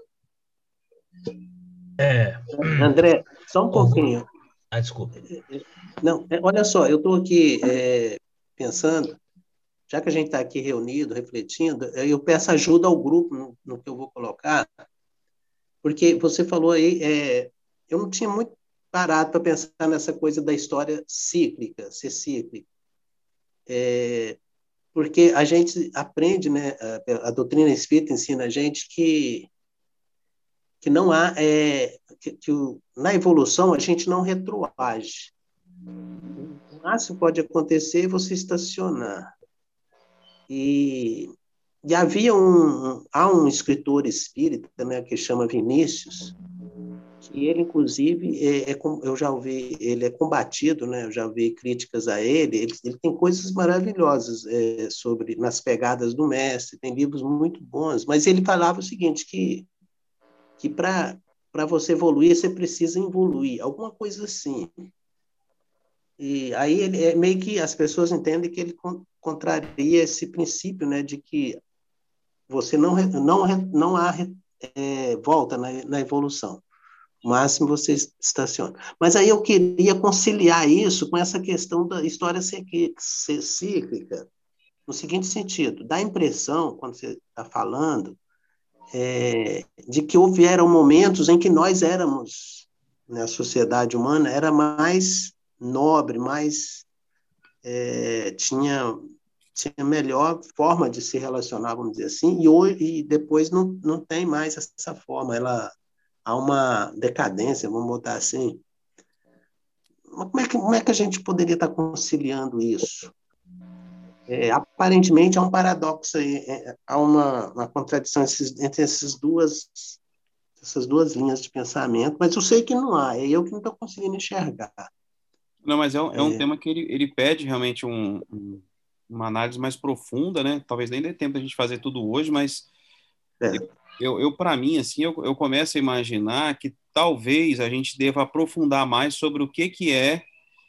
É, André, só um Orgulho. pouquinho. Ah, desculpa. Não, é, olha só, eu estou aqui é, pensando, já que a gente está aqui reunido, refletindo, eu peço ajuda ao grupo no, no que eu vou colocar, porque você falou aí, é, eu não tinha muito parado para pensar nessa coisa da história cíclica, ser cíclica. É, porque a gente aprende, né, a, a doutrina espírita ensina a gente que, que não há, é, que, que o, na evolução a gente não retroage. O máximo que pode acontecer é você estacionar. E, e havia um, há um escritor espírita, né, que chama Vinícius, que ele, inclusive, é, é, eu já ouvi, ele é combatido, né, eu já ouvi críticas a ele, ele, ele tem coisas maravilhosas é, sobre, nas pegadas do mestre, tem livros muito bons, mas ele falava o seguinte, que, que para para você evoluir, você precisa evoluir, alguma coisa assim. E aí ele é meio que as pessoas entendem que ele contraria esse princípio, né, de que você não não não há é, volta na, na evolução. O máximo você estaciona. Mas aí eu queria conciliar isso com essa questão da história cíclica, no seguinte sentido: dá a impressão, quando você está falando, é, de que houveram momentos em que nós éramos, né, a sociedade humana era mais nobre, mais é, tinha tinha melhor forma de se relacionar, vamos dizer assim, e hoje e depois não, não tem mais essa forma, ela há uma decadência, vamos botar assim. Mas como é que, como é que a gente poderia estar conciliando isso? É, aparentemente há um paradoxo aí, é, há uma, uma contradição esses, entre essas duas, essas duas linhas de pensamento, mas eu sei que não há, é eu que não estou conseguindo enxergar. Não, mas é um, é um É, tema que ele, ele pede realmente um, um, uma análise mais profunda, né? Talvez nem dê tempo da gente fazer tudo hoje, mas é, eu, eu, eu para mim, assim, eu, eu começo a imaginar que talvez a gente deva aprofundar mais sobre o que, que é,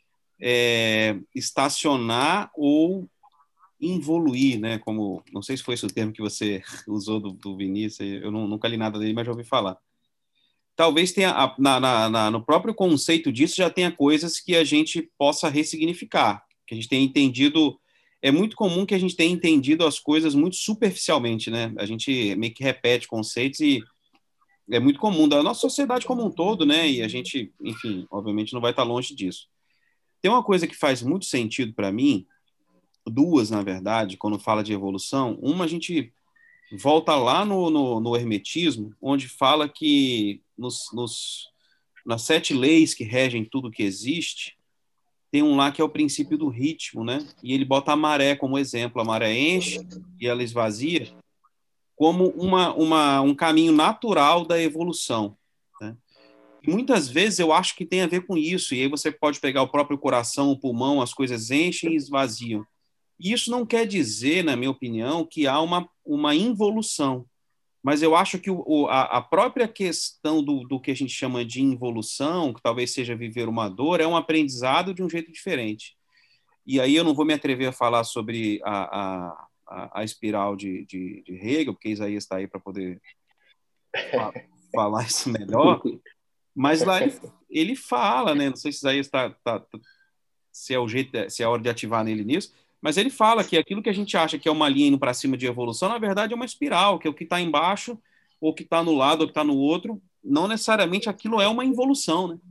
é estacionar ou involuir, né? Como, não sei se foi esse o termo que você usou do, do Vinícius, eu não, nunca li nada dele, mas já ouvi falar. Talvez tenha, na, na, na, no próprio conceito disso, já tenha coisas que a gente possa ressignificar, que a gente tenha entendido. É muito comum que a gente tenha entendido as coisas muito superficialmente, né? A gente meio que repete conceitos e é muito comum da nossa sociedade como um todo, né? E a gente, enfim, obviamente não vai estar longe disso. Tem uma coisa que faz muito sentido para mim, duas, na verdade, quando fala de evolução. Uma, a gente volta lá no, no, no hermetismo, onde fala que nos, nos, nas sete leis que regem tudo que existe, tem um lá que é o princípio do ritmo, né? E ele bota a maré como exemplo. A maré enche e ela esvazia como uma, uma, um caminho natural da evolução, né? E muitas vezes eu acho que tem a ver com isso. E aí você pode pegar o próprio coração, o pulmão, as coisas enchem e esvaziam. E isso não quer dizer, na minha opinião, que há uma, uma involução. Mas eu acho que o, a, a própria questão do, do que a gente chama de involução, que talvez seja viver uma dor, é um aprendizado de um jeito diferente. E aí eu não vou me atrever a falar sobre a, a, a espiral de, de, de Hegel, porque Isaías está aí para poder fa falar isso melhor, mas lá ele, ele fala, né? Não sei se Isaías está... Tá, tá, se é o jeito, de, se é a hora de ativar nele nisso, mas ele fala que aquilo que a gente acha que é uma linha indo para cima de evolução, na verdade é uma espiral, que é o que está embaixo, ou que está no lado, ou que está no outro, não necessariamente aquilo é uma involução, né?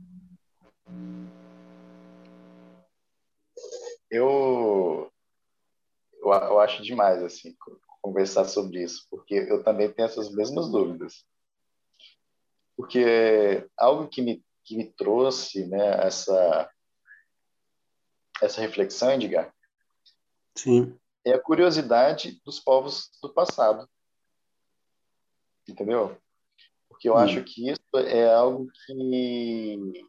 Eu, eu, eu acho demais, assim, conversar sobre isso, porque eu também tenho essas mesmas dúvidas. Porque algo que me, que me trouxe, né, essa, essa reflexão, Edgar, sim. é a curiosidade dos povos do passado. entendeu? Porque eu Hum. acho que isso é algo que,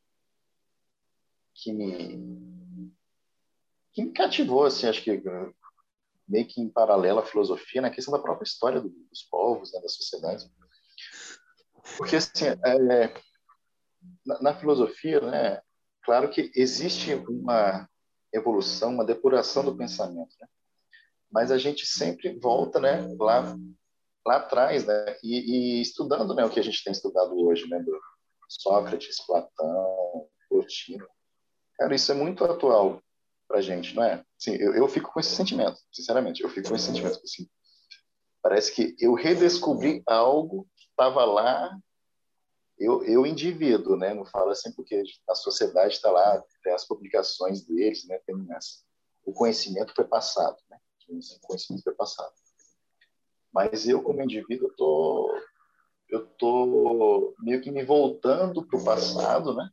que, me, que me cativou, assim, acho que meio que em paralelo à filosofia, na questão da própria história do, dos povos, né, das sociedades. Porque, assim, é, na, na filosofia, né, claro que existe uma evolução, uma depuração do pensamento, né? Mas a gente sempre volta, né, lá, lá atrás, né, e, e estudando, né, o que a gente tem estudado hoje, né, do Sócrates, Platão, Plotino. Cara, isso é muito atual pra gente, não é? Assim, eu, eu fico com esse sentimento, sinceramente, eu fico com esse sentimento, assim, parece que eu redescobri algo que estava lá, eu, eu indivíduo, né, não falo assim porque a sociedade está lá, tem as publicações deles, né, tem essa, o conhecimento foi passado, né, o conhecimento foi passado. Mas eu, como indivíduo, eu tô, eu tô meio que me voltando para o passado, né,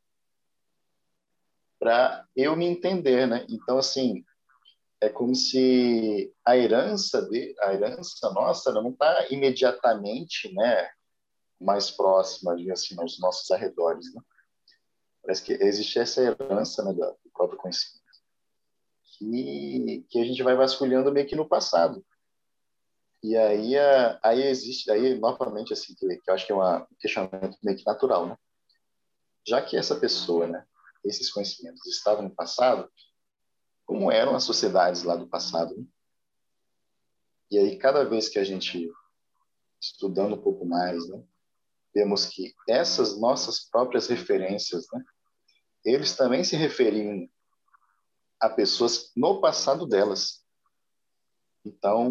para eu me entender, né? Então, assim, é como se a herança de, a herança nossa não está imediatamente, né, mais próxima, digamos assim, aos nossos arredores, né? Parece que existe essa herança, né, do próprio conhecimento, que, que a gente vai vasculhando meio que no passado. E aí, a, aí existe, aí novamente, assim, que, que eu acho que é uma, um questionamento meio que natural, né? Já que essa pessoa, né, esses conhecimentos estavam no passado, como eram as sociedades lá do passado, né? E aí, cada vez que a gente, estudando um pouco mais, né, vemos que essas nossas próprias referências, né, eles também se referiam a pessoas no passado delas. Então,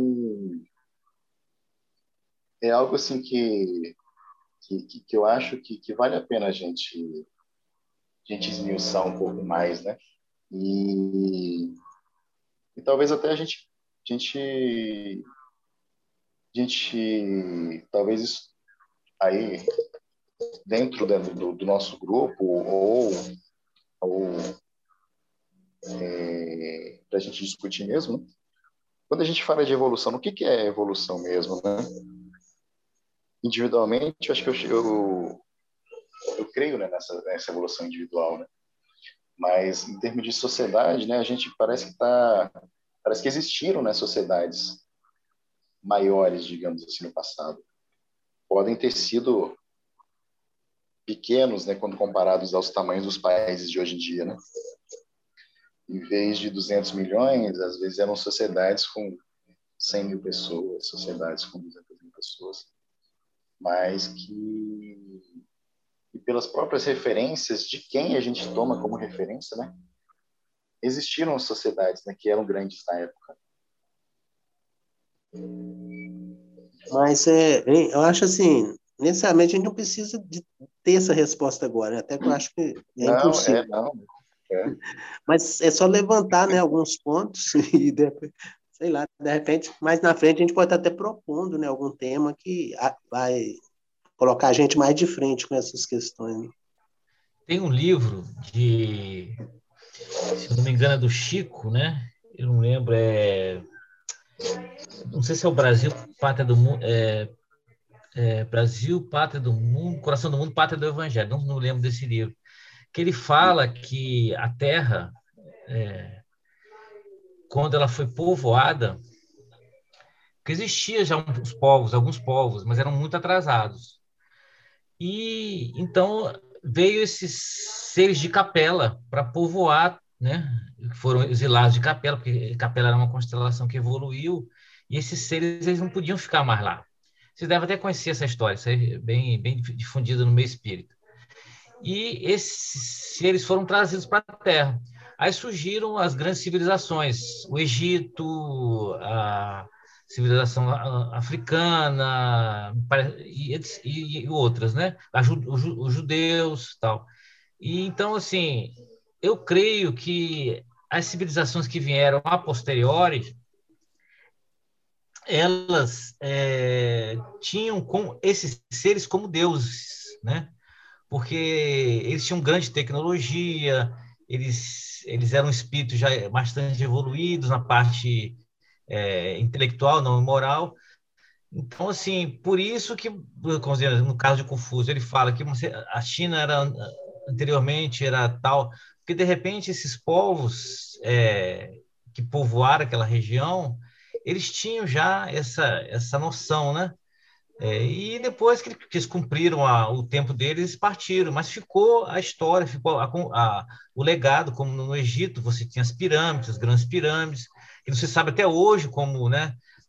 é algo assim que, que, que eu acho que, que vale a pena a gente, a gente esmiuçar um pouco mais, né? E, e talvez até a gente, a gente, a gente talvez isso aí dentro do, do nosso grupo ou, ou é, para a gente discutir mesmo, quando a gente fala de evolução, o que, que é evolução mesmo, né? Individualmente, eu acho que eu, eu, eu creio, né, nessa, nessa evolução individual, né? Mas em termos de sociedade, né, a gente parece que está, parece que existiram, né, sociedades maiores, digamos assim, no passado. Podem ter sido pequenos, né, quando comparados aos tamanhos dos países de hoje em dia, né? Em vez de duzentos milhões, às vezes eram sociedades com cem mil pessoas, sociedades com duzentas mil pessoas, mas que, e pelas próprias referências de quem a gente toma como referência, né? Existiram sociedades, né, que eram grandes na época. Mas é, hein, eu acho assim, necessariamente a gente não precisa de ter essa resposta agora, até que eu acho que é Não, impossível. é, não. É. Mas é só levantar, né, alguns pontos e depois, sei lá, de repente, mais na frente a gente pode estar até propondo, né, algum tema que vai colocar a gente mais de frente com essas questões. Né? Tem um livro de, se eu não me engano, é do Chico, né? Eu não lembro, é... Não sei se é o Brasil, Pátria do Mundo, é, é Brasil, Pátria do Mundo, Coração do Mundo, Pátria do Evangelho, não, não lembro desse livro. Que ele fala que a Terra, é, quando ela foi povoada, que existia já uns povos, alguns povos, mas eram muito atrasados. E então veio esses seres de Capela para povoar, né? Foram exilados de Capela, porque Capela era uma constelação que evoluiu, e esses seres eles não podiam ficar mais lá. Vocês devem até conhecer essa história, isso é bem, bem difundida no meio espírita. E esses seres foram trazidos para a Terra. Aí surgiram as grandes civilizações, o Egito, a civilização africana e, e, e outras, né? Os judeus, tal. E então, assim, eu creio que as civilizações que vieram a posteriori, elas é, tinham com esses seres como deuses, né? Porque eles tinham grande tecnologia, eles, eles eram espíritos já bastante evoluídos na parte é, intelectual, não moral, Então, assim, por isso que, no caso de Confúcio, ele fala que a China era anteriormente era tal, porque de repente esses povos é, que povoaram aquela região, eles tinham já essa essa noção, né? É, e depois que, que eles cumpriram a, o tempo deles, eles partiram, mas ficou a história, ficou a, a, o legado, como no Egito você tinha as pirâmides, as grandes pirâmides, que não se sabe até hoje como, né,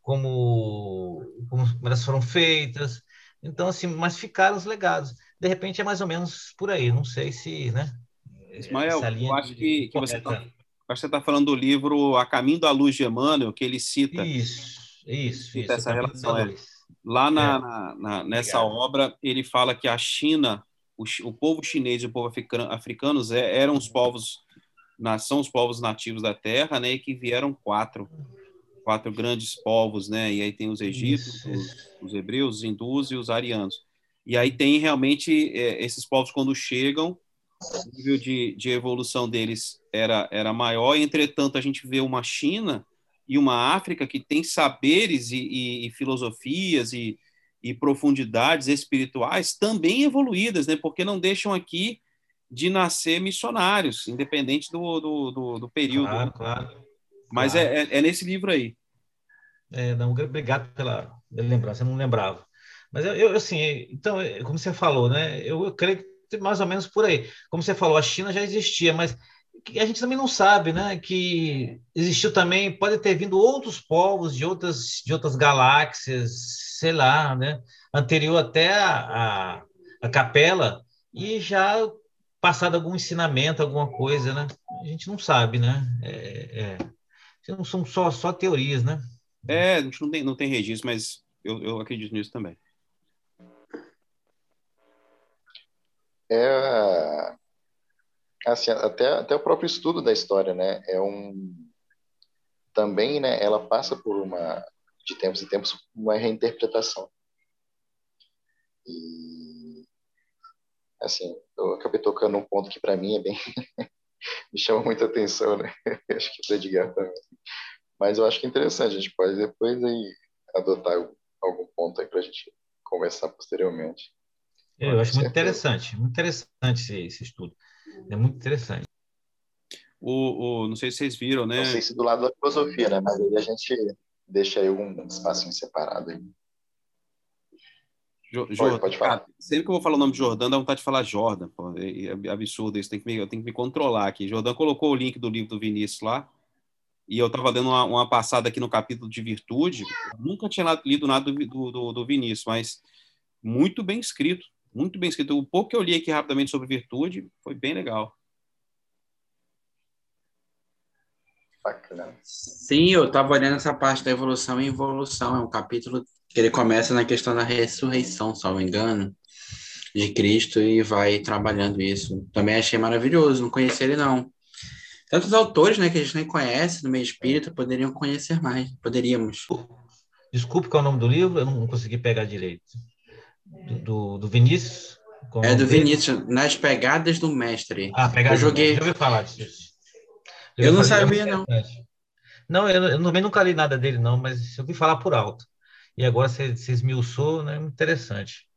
como, como elas foram feitas. Então, assim, mas ficaram os legados. De repente é mais ou menos por aí, não sei se, né, essa Ismael, eu linha acho de, de que, que você está correta. você está falando do livro A Caminho da Luz de Emmanuel, que ele cita, Isso, ele isso, cita isso, o essa caminho da relação. É. luz. Lá na, É, na, na- nessa obrigado. obra, ele fala que a China, o, chi- o povo chinês e o povo africano, africanos é, eram os povos, na- são os povos nativos da Terra, né, e que vieram quatro, quatro grandes povos, né, e aí tem os egípcios, Isso, os, isso. os hebreus, os hindus e os arianos. E aí tem realmente é, esses povos quando chegam, o nível de, de evolução deles era, era maior, e, entretanto, a gente vê uma China e uma África que tem saberes e, e, e filosofias e, e profundidades espirituais também evoluídas, né? Porque não deixam aqui de nascer missionários, independente do, do, do, do período. Claro, claro, Mas claro. é, é, é nesse livro aí. É, não, obrigado pela, pela lembrança, eu não lembrava. Mas eu, eu assim, então, é, como você falou, né? Eu, eu creio que mais ou menos por aí. Como você falou, a China já existia, mas que a gente também não sabe, né? Que existiu também, pode ter vindo outros povos de outras, de outras galáxias, sei lá, né? Anterior até a, a, a Capela, e já passado algum ensinamento, alguma coisa, né? A gente não sabe, né? É, é, não são só, só teorias, né? É, a gente não tem, não tem registro, mas eu, eu acredito nisso também. É, assim, até, até o próprio estudo da história, né? É um também, né? Ela passa por uma de tempos em tempos uma reinterpretação. E assim, eu acabei tocando um ponto que para mim é bem me chama muita atenção, né? Acho que o Edgar também. Mas eu acho que é interessante, a gente pode depois aí adotar algum ponto aí para a gente conversar posteriormente. Eu Com acho muito certeza. interessante, muito interessante esse, esse estudo. É muito interessante. O, o, não sei se vocês viram, Não né? sei se do lado da filosofia, né? Mas aí a gente deixa aí um espacinho separado aí. Jo- Pode, Jordan, pode falar. cara, sempre que eu vou falar o nome de Jordan, dá vontade de falar Jordan, pô. É, é absurdo isso, tem que me, eu tenho que me controlar aqui. Jordan colocou o link do livro do Vinícius lá, e eu estava dando uma, uma passada aqui no capítulo de virtude. Eu nunca tinha lá- lido nada do, do, do- do Vinícius, mas muito bem escrito, muito bem escrito. O pouco que eu li aqui rapidamente sobre virtude foi bem legal. Bacana. Sim, eu estava olhando essa parte da evolução e involução. É um capítulo que ele começa na questão da ressurreição, se não me engano, de Cristo e vai trabalhando isso. Também achei maravilhoso, não conhecia ele não. Tantos autores, né, que a gente nem conhece no meio espírita poderiam conhecer mais, poderíamos. Desculpe qual é o nome do livro, eu não consegui pegar direito. Do, do, do Vinícius? Qual é o É nome do dele? Vinícius, Nas Pegadas do Mestre. Ah, Eu Pegadas do Mestre. Já joguei, ouvi falar disso. Já eu ouvi não falar, é muito sabia não. interessante. Não, eu, eu também nunca li nada dele, não, mas eu ouvi falar por alto. E agora você, você esmiuçou, né? Muito interessante.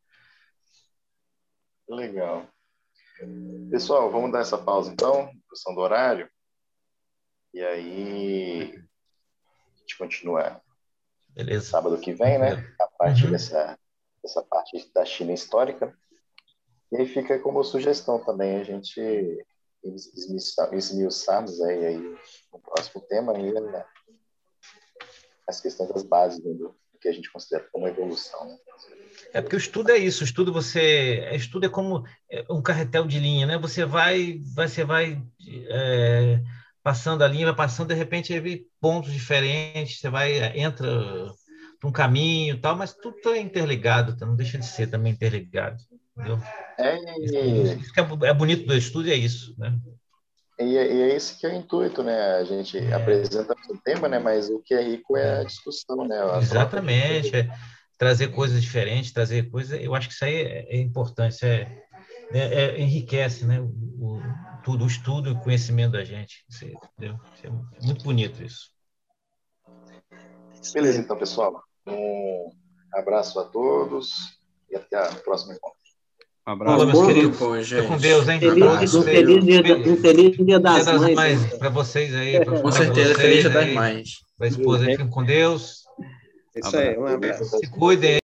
Legal. Pessoal, vamos dar essa pausa então, questão do horário. E aí a gente continua Beleza. sábado que vem, né? A partir Uhum. dessa, dessa parte da China histórica. E aí fica como sugestão também a gente esmiuçar- esmiuçarmos aí, aí no próximo tema aí, né? As questões das bases, né, do que a gente considera como evolução, né? É porque o estudo é isso, o estudo você, estudo é como um carretel de linha, né? Você vai, vai você vai é, passando a linha, vai passando, de repente aí vem pontos diferentes, você vai entra para um caminho, e tal, mas tudo é interligado, tá? Não deixa de ser também interligado, entendeu? É, Isso, e, isso que é, é bonito do estudo é isso, né? e, é e é esse que é o intuito, né? A gente É, apresenta o tema, né? Mas o que é rico é a discussão, né? A troca de exatamente, ideias. é trazer coisas diferentes, trazer coisas, eu acho que isso aí é, é importante, isso é, é, é, enriquece, né, o, o, tudo, o estudo e o conhecimento da gente, isso, é, entendeu? Isso é muito bonito isso. Beleza, então, pessoal. Um abraço a todos e até a próxima encontro. Um abraço. Olá, meus Bom, queridos. Pô, Fica com gente. Deus, hein? Feliz, Abraço. um feliz dia, da- um feliz dia Dia das, das mães. Mães né? para vocês aí, para Com certeza, feliz Dia das aí, Mães. para a esposa aí, fiquem com Deus. Isso aí, um abraço. Se cuidem.